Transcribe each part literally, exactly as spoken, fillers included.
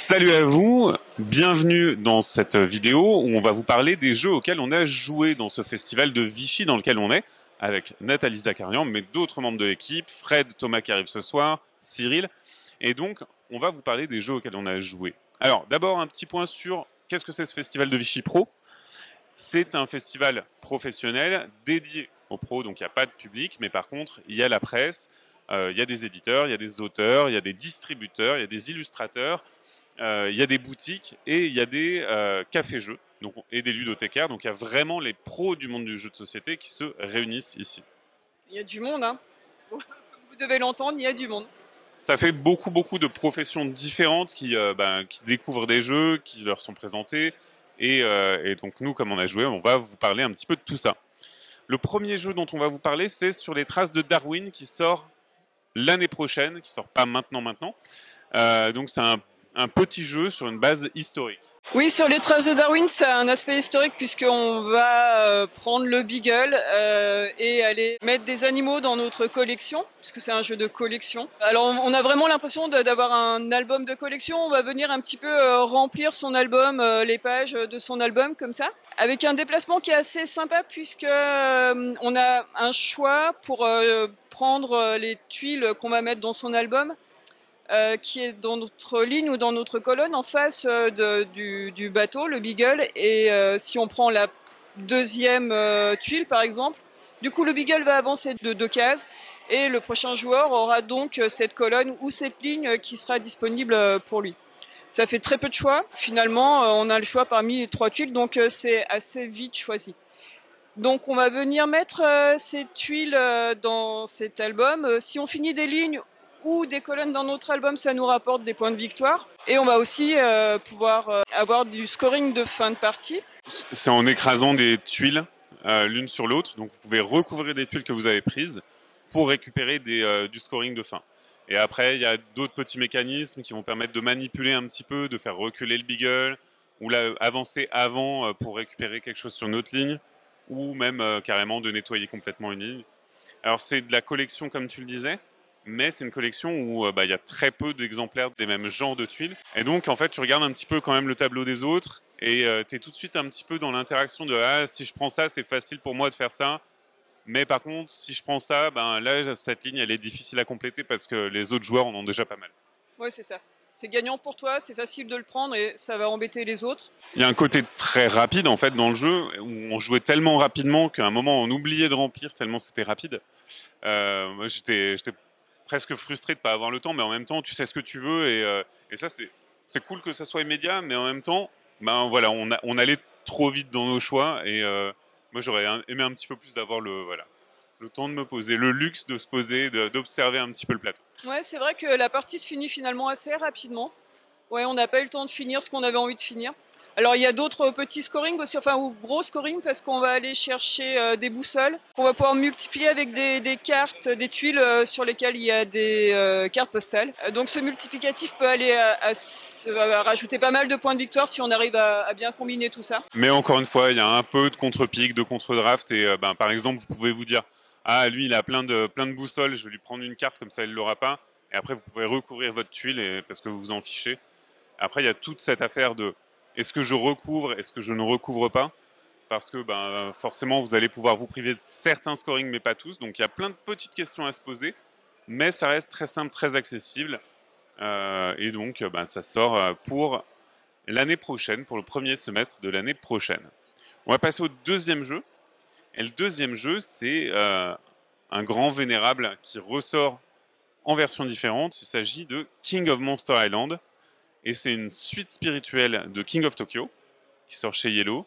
Salut à vous, bienvenue dans cette vidéo où on va vous parler des jeux auxquels on a joué dans ce festival de Vichy dans lequel on est, avec Nathalie Zakarian, mais d'autres membres de l'équipe, Fred, Thomas qui arrive ce soir, Cyril, et donc on va vous parler des jeux auxquels on a joué. Alors d'abord un petit point sur qu'est-ce que c'est ce festival de Vichy Pro. C'est un festival professionnel dédié aux pros, donc il n'y a pas de public, mais par contre il y a la presse, euh, il y a des éditeurs, il y a des auteurs, il y a des distributeurs, il y a des illustrateurs, euh, il y a des boutiques et il y a des euh, cafés-jeux donc, et des ludothécaires. Donc il y a vraiment les pros du monde du jeu de société qui se réunissent ici. Il y a du monde, hein. Vous devez l'entendre, il y a du monde. Ça fait beaucoup, beaucoup de professions différentes qui, euh, ben, qui découvrent des jeux, qui leur sont présentés. Et, euh, et donc nous, comme on a joué, on va vous parler un petit peu de tout ça. Le premier jeu dont on va vous parler, c'est Sur les traces de Darwin, qui sort l'année prochaine, qui sort pas maintenant, maintenant. Euh, donc c'est un, un petit jeu sur une base historique. Oui, Sur les traces de Darwin, ça a un aspect historique puisqu'on va euh, prendre le Beagle euh, et aller mettre des animaux dans notre collection, puisque c'est un jeu de collection. Alors on a vraiment l'impression d'avoir un album de collection, on va venir un petit peu euh, remplir son album, euh, les pages de son album comme ça, avec un déplacement qui est assez sympa puisque euh, on a un choix pour euh, prendre les tuiles qu'on va mettre dans son album. Euh, qui est dans notre ligne ou dans notre colonne en face euh, de, du, du bateau, le Beagle. Et euh, si on prend la deuxième euh, tuile, par exemple, du coup, le Beagle va avancer de deux cases et le prochain joueur aura donc cette colonne ou cette ligne qui sera disponible pour lui. Ça fait très peu de choix. Finalement, on a le choix parmi trois tuiles, donc c'est assez vite choisi. Donc on va venir mettre euh, ces tuiles euh, dans cet album. Si on finit des lignes ou des colonnes dans notre album, ça nous rapporte des points de victoire. Et on va aussi euh, pouvoir euh, avoir du scoring de fin de partie. C'est en écrasant des tuiles euh, l'une sur l'autre. Donc vous pouvez recouvrir des tuiles que vous avez prises pour récupérer des, euh, du scoring de fin. Et après, il y a d'autres petits mécanismes qui vont permettre de manipuler un petit peu, de faire reculer le Beagle, ou là, avancer avant euh, pour récupérer quelque chose sur une autre ligne, ou même euh, carrément de nettoyer complètement une ligne. Alors c'est de la collection comme tu le disais, mais c'est une collection où il bah, y a très peu d'exemplaires des mêmes genres de tuiles. Et donc, en fait, tu regardes un petit peu quand même le tableau des autres et euh, tu es tout de suite un petit peu dans l'interaction de « Ah, si je prends ça, c'est facile pour moi de faire ça. Mais par contre, si je prends ça, ben, là, cette ligne, elle est difficile à compléter parce que les autres joueurs en ont déjà pas mal. » Oui, c'est ça. C'est gagnant pour toi, c'est facile de le prendre et ça va embêter les autres. Il y a un côté très rapide, en fait, dans le jeu, où on jouait tellement rapidement qu'à un moment, on oubliait de remplir tellement c'était rapide. Euh, moi, j'étais... j'étais presque frustré de ne pas avoir le temps, mais en même temps, tu sais ce que tu veux, et, euh, et ça, c'est, c'est cool que ça soit immédiat, mais en même temps, ben, voilà, on, a, on allait trop vite dans nos choix, et euh, moi, j'aurais aimé un petit peu plus d'avoir le, voilà, le temps de me poser, le luxe de se poser, de, d'observer un petit peu le plateau. Ouais, c'est vrai que la partie se finit finalement assez rapidement. Ouais, on n'a pas eu le temps de finir ce qu'on avait envie de finir. Alors il y a d'autres petits scoring aussi, enfin ou gros scoring parce qu'on va aller chercher euh, des boussoles qu'on va pouvoir multiplier avec des, des cartes, des tuiles euh, sur lesquelles il y a des euh, cartes postales. Euh, donc ce multiplicatif peut aller à, à, à rajouter pas mal de points de victoire si on arrive à, à bien combiner tout ça. Mais encore une fois, il y a un peu de contre-pique, de contre-draft et euh, ben, par exemple, vous pouvez vous dire « Ah, lui, il a plein de, plein de boussoles, je vais lui prendre une carte, comme ça, il ne l'aura pas. » Et après, vous pouvez recouvrir votre tuile et, parce que vous vous en fichez. Après, il y a toute cette affaire de est-ce que je recouvre, est-ce que je ne recouvre pas? Parce que ben, forcément, vous allez pouvoir vous priver de certains scorings, mais pas tous. Donc, il y a plein de petites questions à se poser. Mais ça reste très simple, très accessible. Euh, et donc, ben, ça sort pour l'année prochaine, pour le premier semestre de l'année prochaine. On va passer au deuxième jeu. Et le deuxième jeu, c'est euh, un grand vénérable qui ressort en version différente. Il s'agit de King of Monster Island. Et c'est une suite spirituelle de King of Tokyo, qui sort chez Yellow.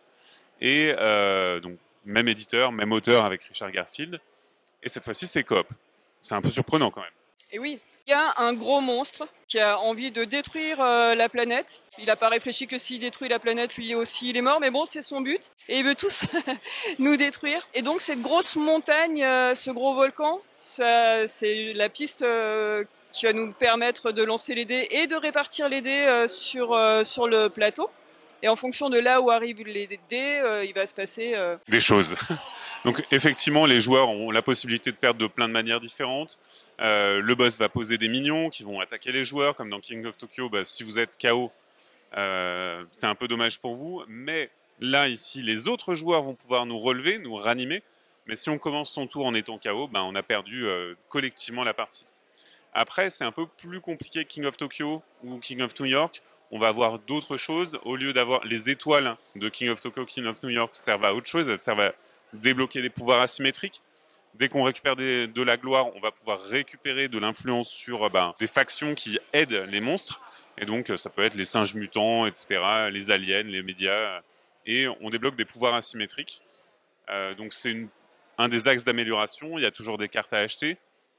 Et euh, donc, même éditeur, même auteur avec Richard Garfield. Et cette fois-ci, c'est coop. C'est un peu surprenant quand même. Et oui, il y a un gros monstre qui a envie de détruire euh, la planète. Il n'a pas réfléchi que s'il détruit la planète, lui aussi, il est mort. Mais bon, c'est son but. Et il veut tous nous détruire. Et donc, cette grosse montagne, euh, ce gros volcan, ça, c'est la piste... Euh, qui va nous permettre de lancer les dés et de répartir les dés euh, sur, euh, sur le plateau. Et en fonction de là où arrivent les dés, euh, il va se passer... Euh... des choses. Donc effectivement, les joueurs ont la possibilité de perdre de plein de manières différentes. Euh, le boss va poser des minions qui vont attaquer les joueurs, comme dans King of Tokyo. Bah, si vous êtes K O, Euh, c'est un peu dommage pour vous, mais là, ici, les autres joueurs vont pouvoir nous relever, nous ranimer. Mais si on commence son tour en étant K O, ben, on a perdu euh, collectivement la partie. Après, c'est un peu plus compliqué que King of Tokyo ou King of New York. On va avoir d'autres choses. Au lieu d'avoir les étoiles de King of Tokyo, King of New York servent à autre chose. Elles servent à débloquer des pouvoirs asymétriques. Dès qu'on récupère des, de la gloire, on va pouvoir récupérer de l'influence sur ben, des factions qui aident les monstres. Et donc, ça peut être les singes mutants, et cetera, les aliens, les médias. Et on débloque des pouvoirs asymétriques. Euh, donc, c'est une, un des axes d'amélioration. Il y a toujours des cartes à acheter.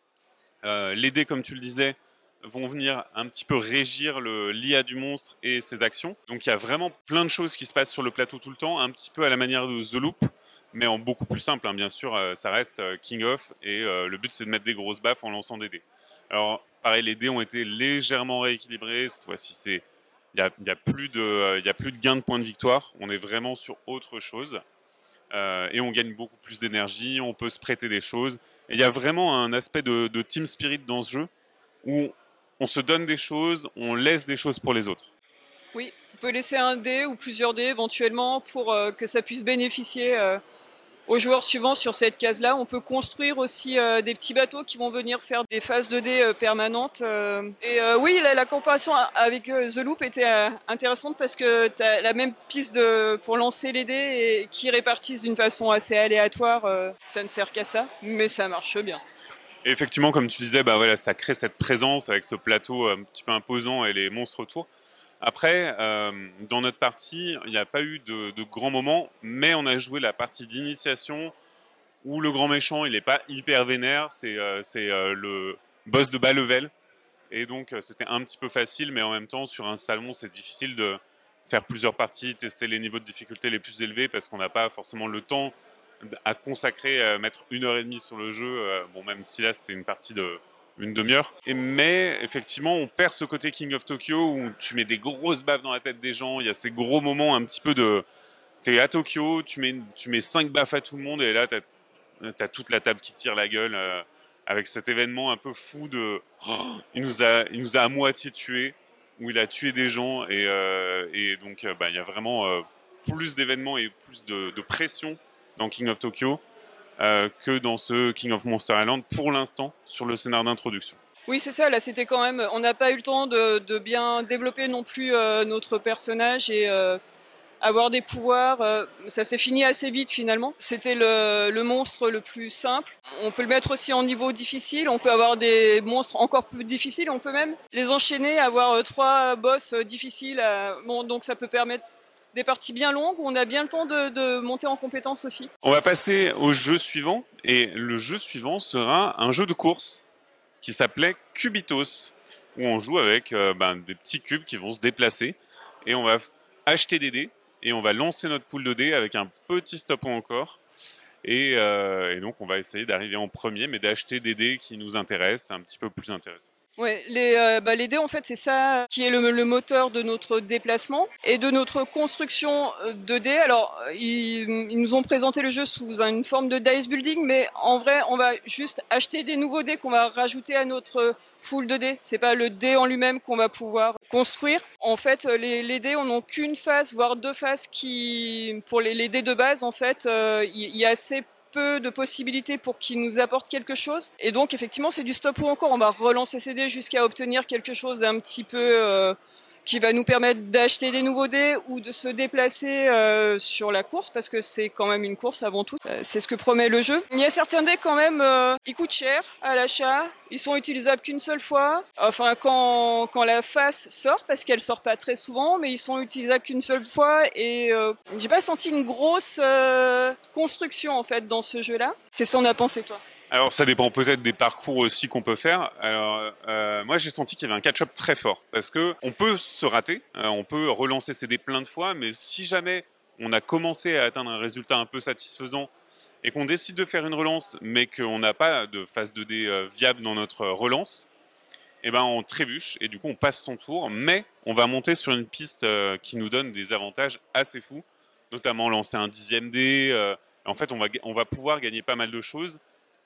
Euh, les dés, comme tu le disais, vont venir un petit peu régir l'I A du monstre et ses actions. Donc il y a vraiment plein de choses qui se passent sur le plateau tout le temps, un petit peu à la manière de The Loop, mais en beaucoup plus simple, hein. Bien sûr, euh, ça reste euh, King of, et euh, le but c'est de mettre des grosses baffes en lançant des dés. Alors pareil, les dés ont été légèrement rééquilibrés, cette fois-ci c'est... il n'y a, y a, plus de, euh, y a plus de gain de points de victoire, on est vraiment sur autre chose. Euh, et on gagne beaucoup plus d'énergie, on peut se prêter des choses. Et il y a vraiment un aspect de, de team spirit dans ce jeu où on se donne des choses, on laisse des choses pour les autres. Oui, on peut laisser un dé ou plusieurs dés éventuellement pour euh, que ça puisse bénéficier euh, aux joueurs suivants sur cette case-là. On peut construire aussi euh, des petits bateaux qui vont venir faire des phases de dés euh, permanentes. Euh, et euh, oui, la, la comparaison avec euh, The Loop était euh, intéressante parce que tu as la même piste de, pour lancer les dés et qui répartissent d'une façon assez aléatoire. Euh, ça ne sert qu'à ça, mais ça marche bien. Et effectivement, comme tu disais, bah voilà, ça crée cette présence avec ce plateau un petit peu imposant et les monstres autour. Après, euh, dans notre partie, il n'y a pas eu de, de grands moments, mais on a joué la partie d'initiation où le grand méchant, il n'est pas hyper vénère, c'est euh, euh, le boss de bas level. Et donc, euh, c'était un petit peu facile, mais en même temps, sur un salon, c'est difficile de faire plusieurs parties, tester les niveaux de difficulté les plus élevés, parce qu'on n'a pas forcément le temps à consacrer, à mettre une heure et demie sur le jeu. Euh, bon, même si là, c'était une partie de une demi-heure. Et mais effectivement, on perd ce côté King of Tokyo où tu mets des grosses baffes dans la tête des gens. Il y a ces gros moments un petit peu de... T'es à Tokyo, tu mets, tu mets cinq baffes à tout le monde et là, t'as as toute la table qui tire la gueule euh, avec cet événement un peu fou de... Oh, il, nous a, il nous a à moitié tués, où il a tué des gens et, euh, et donc bah, il y a vraiment euh, plus d'événements et plus de, de pression dans King of Tokyo euh, que dans ce King of Monster Island pour l'instant sur le scénar d'introduction. Oui, c'est ça. Là, c'était quand même. On n'a pas eu le temps de, de bien développer non plus euh, notre personnage et euh, avoir des pouvoirs. Euh, ça s'est fini assez vite finalement. C'était le, le monstre le plus simple. On peut le mettre aussi en niveau difficile. On peut avoir des monstres encore plus difficiles. On peut même les enchaîner, avoir euh, trois boss euh, difficiles. À... Bon, donc ça peut permettre des parties bien longues où on a bien le temps de, de monter en compétences aussi. On va passer au jeu suivant, et le jeu suivant sera un jeu de course qui s'appelait Cubitos, où on joue avec euh, ben, des petits cubes qui vont se déplacer, et on va acheter des dés, et on va lancer notre pool de dés avec un petit stop ou encore, et, euh, et donc on va essayer d'arriver en premier, mais d'acheter des dés qui nous intéressent, un petit peu plus intéressants. Ouais, les, euh, bah, les dés, en fait, c'est ça qui est le, le moteur de notre déplacement et de notre construction de dés. Alors, ils, ils nous ont présenté le jeu sous une forme de dice building, mais en vrai, on va juste acheter des nouveaux dés qu'on va rajouter à notre pool de dés. C'est pas le dé en lui-même qu'on va pouvoir construire. En fait, les, les dés, on n'a qu'une face, voire deux faces qui, pour les, les dés de base, en fait, euh, il y a assez peu de possibilités pour qu'ils nous apportent quelque chose. Et donc, effectivement, c'est du stop ou encore. On va relancer ces dés jusqu'à obtenir quelque chose d'un petit peu euh, qui va nous permettre d'acheter des nouveaux dés ou de se déplacer euh, sur la course, parce que c'est quand même une course avant tout. Euh, c'est ce que promet le jeu. Il y a certains dés quand même, euh, ils coûtent cher à l'achat. Ils sont utilisables qu'une seule fois. Enfin, quand, quand la face sort, parce qu'elle sort pas très souvent, mais ils sont utilisables qu'une seule fois. Et euh, j'ai pas senti une grosse euh, construction en fait dans ce jeu-là. Qu'est-ce qu'on a pensé, toi ? Alors ça dépend peut-être des parcours aussi qu'on peut faire. Alors euh, moi j'ai senti qu'il y avait un catch-up très fort parce que on peut se rater, euh, on peut relancer ses dés plein de fois, mais si jamais on a commencé à atteindre un résultat un peu satisfaisant et qu'on décide de faire une relance, mais qu'on n'a pas de phase de dés euh, viable dans notre relance, eh ben on trébuche et du coup on passe son tour, mais on va monter sur une piste euh, qui nous donne des avantages assez fous, notamment lancer un dixième dé. Euh, en fait on va on va pouvoir gagner pas mal de choses.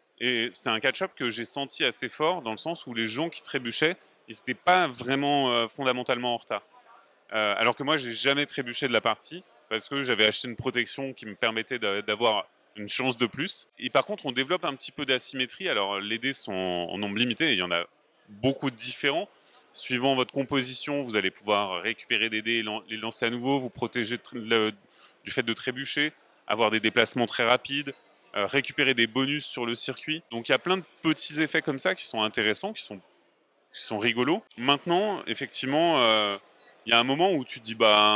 Et c'est un catch-up que j'ai senti assez fort, dans le sens où les gens qui trébuchaient, ils n'étaient pas vraiment euh, fondamentalement en retard. Euh, alors que moi, j'ai jamais trébuché de la partie parce que j'avais acheté une protection qui me permettait d'avoir une chance de plus. Et par contre, on développe un petit peu d'asymétrie. Alors, les dés sont en nombre limité et il y en a beaucoup de différents. Suivant votre composition, vous allez pouvoir récupérer des dés et les lancer à nouveau, vous protéger le, du fait de trébucher, avoir des déplacements très rapides, euh, récupérer des bonus sur le circuit. Donc il y a plein de petits effets comme ça qui sont intéressants, qui sont, qui sont rigolos. Maintenant, effectivement, euh, il y a un moment où tu te dis,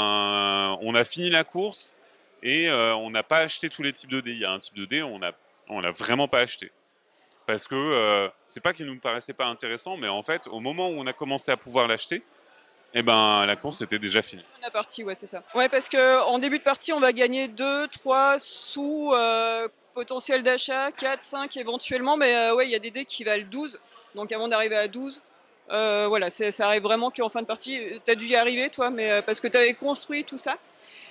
bah, on a fini la course et euh, on n'a pas acheté tous les types de dés. Il y a un type de dés, on a, on l'a vraiment pas acheté. Parce que euh, c'est pas qu'il nous paraissait pas intéressant, mais en fait, au moment où on a commencé à pouvoir l'acheter, eh ben, la course était déjà finie. La partie, ouais, c'est ça. Ouais, parce que en début de partie, on va gagner deux, trois sous euh, potentiel d'achat, quatre, cinq éventuellement, mais euh, ouais, il y a des dés qui valent douze. Donc avant d'arriver à douze, euh, voilà, ça arrive vraiment qu'en fin de partie, t'as dû y arriver, toi, mais euh, parce que t'avais construit tout ça.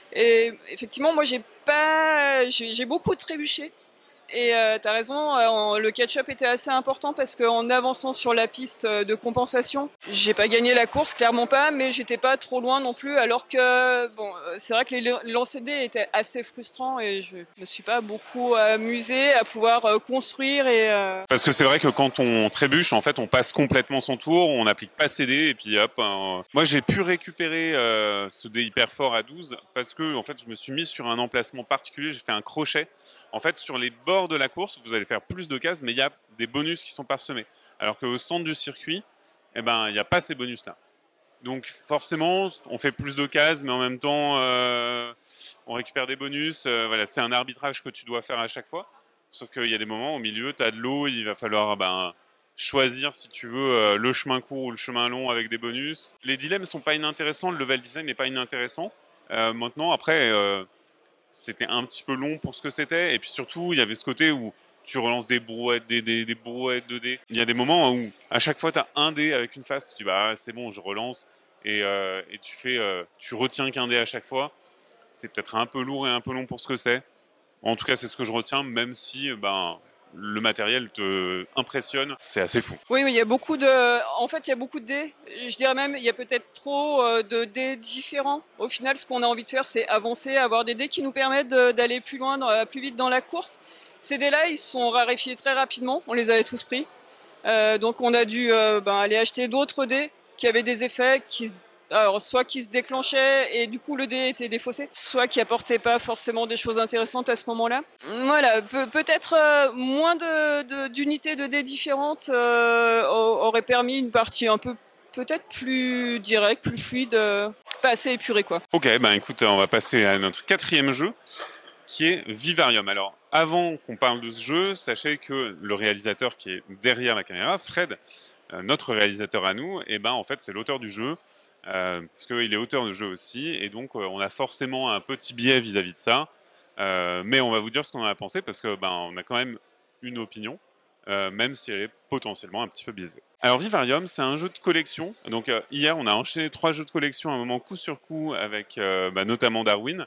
Et effectivement, moi, j'ai pas, j'ai beaucoup trébuché. Et euh, tu as raison, euh, le catch-up était assez important parce qu'en avançant sur la piste de compensation, j'ai pas gagné la course, clairement pas, mais j'étais pas trop loin non plus. Alors que bon, c'est vrai que les lancers de dés étaient assez frustrants et je me suis pas beaucoup amusé à pouvoir euh, construire. Et euh... Parce que c'est vrai que quand on trébuche, en fait, on passe complètement son tour, on n'applique pas ses dés et puis hop. Euh... Moi, j'ai pu récupérer euh, ce dé hyper fort à douze parce que en fait, je me suis mis sur un emplacement particulier. J'ai fait un crochet. En fait, sur les bords de la course, vous allez faire plus de cases, mais il y a des bonus qui sont parsemés. Alors qu'au centre du circuit, eh ben, il n'y a pas ces bonus-là. Donc forcément, on fait plus de cases, mais en même temps, euh, on récupère des bonus. Euh, voilà, c'est un arbitrage que tu dois faire à chaque fois. Sauf qu'il y a des moments au milieu, tu as de l'eau, il va falloir ben, choisir si tu veux euh, le chemin court ou le chemin long avec des bonus. Les dilemmes sont pas inintéressants, le level design n'est pas inintéressant. Euh, maintenant, après... Euh, c'était un petit peu long pour ce que c'était, et puis surtout il y avait ce côté où tu relances des brouettes, des, des, des brouettes de dés. Il y a des moments où à chaque fois tu as un dé avec une face, tu dis bah c'est bon, je relance, et, euh, et tu fais, euh, tu retiens qu'un dé à chaque fois. C'est peut-être un peu lourd et un peu long pour ce que c'est. En tout cas c'est ce que je retiens, même si ben le matériel te impressionne, c'est assez fou. Oui, oui, il y a beaucoup de, en fait, il y a beaucoup de dés. Je dirais même, il y a peut-être trop de dés différents. Au final, ce qu'on a envie de faire, c'est avancer, avoir des dés qui nous permettent d'aller plus loin, plus vite dans la course. Ces dés-là, ils sont raréfiés très rapidement. On les avait tous pris. Euh, donc, on a dû euh, ben, aller acheter d'autres dés qui avaient des effets qui se Alors, soit qui se déclenchait et du coup le dé était défaussé, soit qui apportait pas forcément des choses intéressantes à ce moment-là. Voilà, Pe peut-être euh, moins d'unités de, de, de dés différentes euh, aurait permis une partie un peu peut-être plus directe, plus fluide, euh, pas assez épurée quoi. Ok, ben écoute, on va passer à notre quatrième jeu qui est Vivarium. Alors, avant qu'on parle de ce jeu, sachez que le réalisateur qui est derrière la caméra, Fred, euh, notre réalisateur à nous, et ben en fait c'est l'auteur du jeu. Euh, parce qu'il est auteur de jeu aussi, et donc euh, on a forcément un petit biais vis-à-vis -vis de ça, euh, mais on va vous dire ce qu'on en a pensé, parce que ben, on a quand même une opinion, euh, même si elle est potentiellement un petit peu biaisée. Alors Vivarium, c'est un jeu de collection, donc euh, hier on a enchaîné trois jeux de collection à un moment coup sur coup, avec euh, bah, notamment Darwin,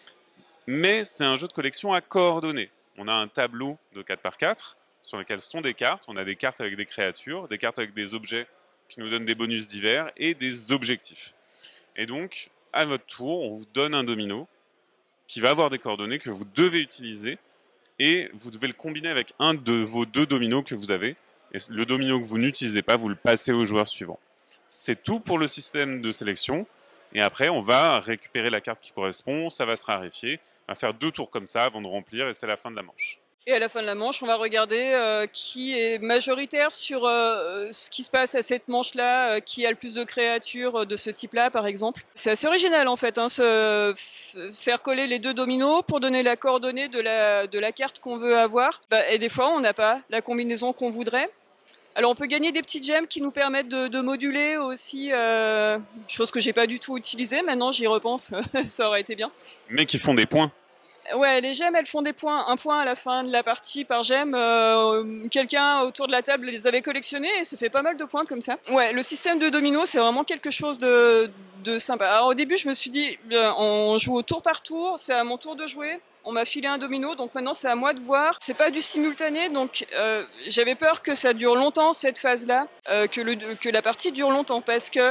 mais c'est un jeu de collection à coordonnées. On a un tableau de quatre par quatre, sur lequel sont des cartes, on a des cartes avec des créatures, des cartes avec des objets qui nous donnent des bonus divers et des objectifs. Et donc, à votre tour, on vous donne un domino qui va avoir des coordonnées que vous devez utiliser et vous devez le combiner avec un de vos deux dominos que vous avez. Et le domino que vous n'utilisez pas, vous le passez au joueur suivant. C'est tout pour le système de sélection. Et après, on va récupérer la carte qui correspond, ça va se raréfier. On va faire deux tours comme ça avant de remplir et c'est la fin de la manche. Et à la fin de la manche, on va regarder euh, qui est majoritaire sur euh, ce qui se passe à cette manche-là, euh, qui a le plus de créatures de ce type-là, par exemple. C'est assez original, en fait, hein, se faire coller les deux dominos pour donner la coordonnée de la, de la carte qu'on veut avoir. Bah, et des fois, on n'a pas la combinaison qu'on voudrait. Alors, on peut gagner des petites gemmes qui nous permettent de, de moduler aussi, euh, chose que j'ai pas du tout utilisée. Maintenant, j'y repense, ça aurait été bien. Mais qui font des points. Ouais, les gemmes, elles font des points. Un point à la fin de la partie par gemme. Euh, Quelqu'un autour de la table les avait collectionnés et ça fait pas mal de points comme ça. Ouais, le système de domino, c'est vraiment quelque chose de, de sympa. Alors au début, je me suis dit, on joue au tour par tour, c'est à mon tour de jouer. On m'a filé un domino, donc maintenant c'est à moi de voir. C'est pas du simultané, donc euh, j'avais peur que ça dure longtemps cette phase-là, euh, que, le, que la partie dure longtemps, parce que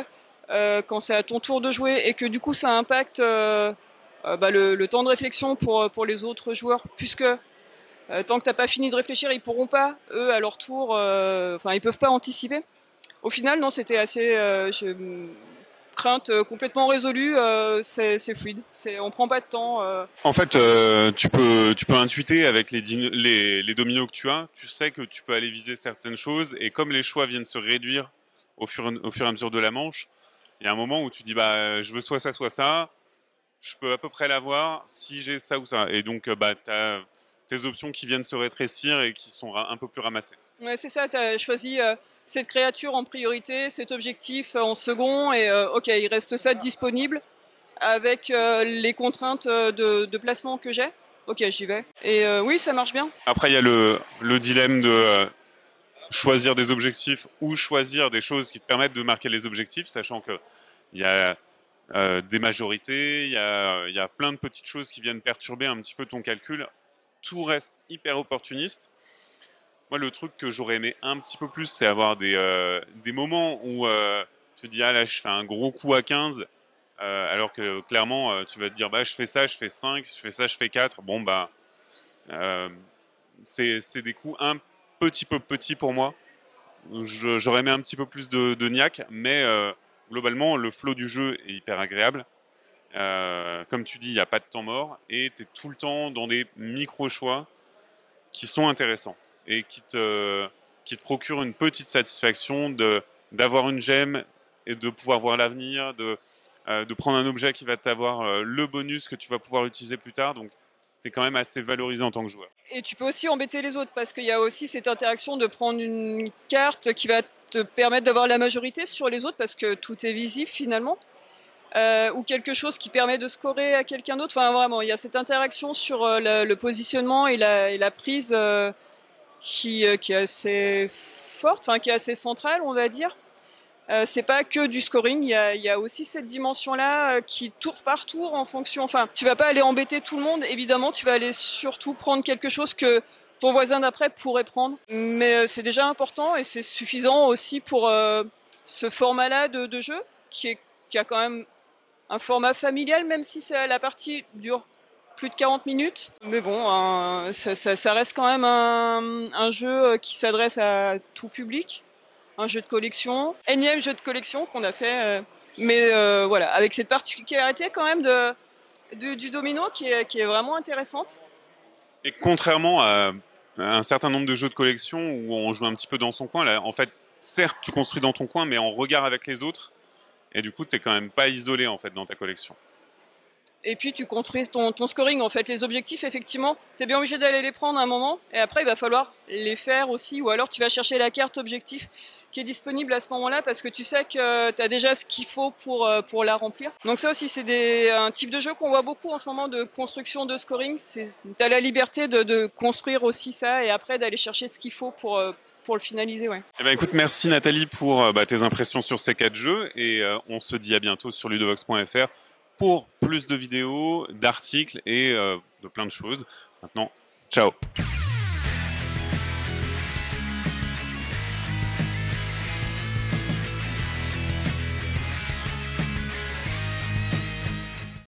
euh, quand c'est à ton tour de jouer et que du coup ça impacte euh, euh, bah, le, le temps de réflexion pour, pour les autres joueurs, puisque euh, tant que t'as pas fini de réfléchir, ils pourront pas, eux, à leur tour, enfin, euh, ils peuvent pas anticiper. Au final, non, c'était assez... Euh, je, crainte euh, complètement résolue, euh, c'est fluide, on prend pas de temps. Euh. En fait, euh, tu peux tu peux intuiter avec les, les, les dominos que tu as, tu sais que tu peux aller viser certaines choses, et comme les choix viennent se réduire au fur, au fur et à mesure de la manche, il y a un moment où tu dis bah je veux soit ça soit ça, je peux à peu près l'avoir si j'ai ça ou ça, et donc bah tu as tes options qui viennent se rétrécir et qui sont un peu plus ramassées. Ouais, c'est ça, tu as choisi euh, cette créature en priorité, cet objectif en second, et euh, ok, il reste ça disponible avec euh, les contraintes de, de placement que j'ai. Ok, j'y vais. Et euh, oui, ça marche bien. Après, il y a le, le dilemme de euh, choisir des objectifs ou choisir des choses qui te permettent de marquer les objectifs, sachant que il y a euh, des majorités, il y a, il y a plein de petites choses qui viennent perturber un petit peu ton calcul. Tout reste hyper opportuniste. Moi, le truc que j'aurais aimé un petit peu plus, c'est avoir des, euh, des moments où euh, tu te dis, ah là, je fais un gros coup à quinze, euh, alors que clairement, euh, tu vas te dire, bah, je fais ça, je fais cinq, je fais ça, je fais quatre. Bon, bah, euh, c'est des coups un petit peu petits pour moi. J'aurais aimé un petit peu plus de, de niaque, mais euh, globalement, le flow du jeu est hyper agréable. Euh, comme tu dis, il n'y a pas de temps mort, et tu es tout le temps dans des micro-choix qui sont intéressants et qui te, qui te procurent une petite satisfaction d'avoir une gemme et de pouvoir voir l'avenir, de, euh, de prendre un objet qui va t'avoir euh, le bonus que tu vas pouvoir utiliser plus tard. Donc, tu es quand même assez valorisé en tant que joueur. Et tu peux aussi embêter les autres, parce qu'il y a aussi cette interaction de prendre une carte qui va te permettre d'avoir la majorité sur les autres, parce que tout est visible finalement. Euh, ou quelque chose qui permet de scorer à quelqu'un d'autre. Enfin, vraiment, il y a cette interaction sur euh, le, le positionnement et la, et la prise euh, qui, euh, qui est assez forte, enfin qui est assez centrale, on va dire. Euh, c'est pas que du scoring, il y a, il y a aussi cette dimension-là euh, qui tour par tour en fonction. Enfin, tu vas pas aller embêter tout le monde, évidemment, tu vas aller surtout prendre quelque chose que ton voisin d'après pourrait prendre. Mais euh, c'est déjà important et c'est suffisant aussi pour euh, ce format-là de, de jeu qui, est, qui a quand même un format familial, même si la partie dure plus de quarante minutes. Mais bon, euh, ça, ça, ça reste quand même un, un jeu qui s'adresse à tout public. Un jeu de collection, énième jeu de collection qu'on a fait. Euh, mais euh, voilà, avec cette particularité quand même de, de, du domino qui est, qui est vraiment intéressante. Et contrairement à un certain nombre de jeux de collection où on joue un petit peu dans son coin, là, en fait, certes, tu construis dans ton coin, mais en regard avec les autres. Et du coup, tu n'es quand même pas isolé en fait dans ta collection. Et puis tu construis ton, ton scoring, en fait. Les objectifs, effectivement, tu es bien obligé d'aller les prendre à un moment. Et après, il va falloir les faire aussi. Ou alors tu vas chercher la carte objectif qui est disponible à ce moment-là parce que tu sais que tu as déjà ce qu'il faut pour, pour la remplir. Donc ça aussi, c'est un type de jeu qu'on voit beaucoup en ce moment de construction de scoring. Tu as la liberté de, de construire aussi ça et après d'aller chercher ce qu'il faut pour... pour le finaliser, ouais. Eh ben, écoute, merci Nathalie pour bah, tes impressions sur ces quatre jeux et euh, on se dit à bientôt sur ludovox point F R pour plus de vidéos, d'articles et euh, de plein de choses. Maintenant, ciao.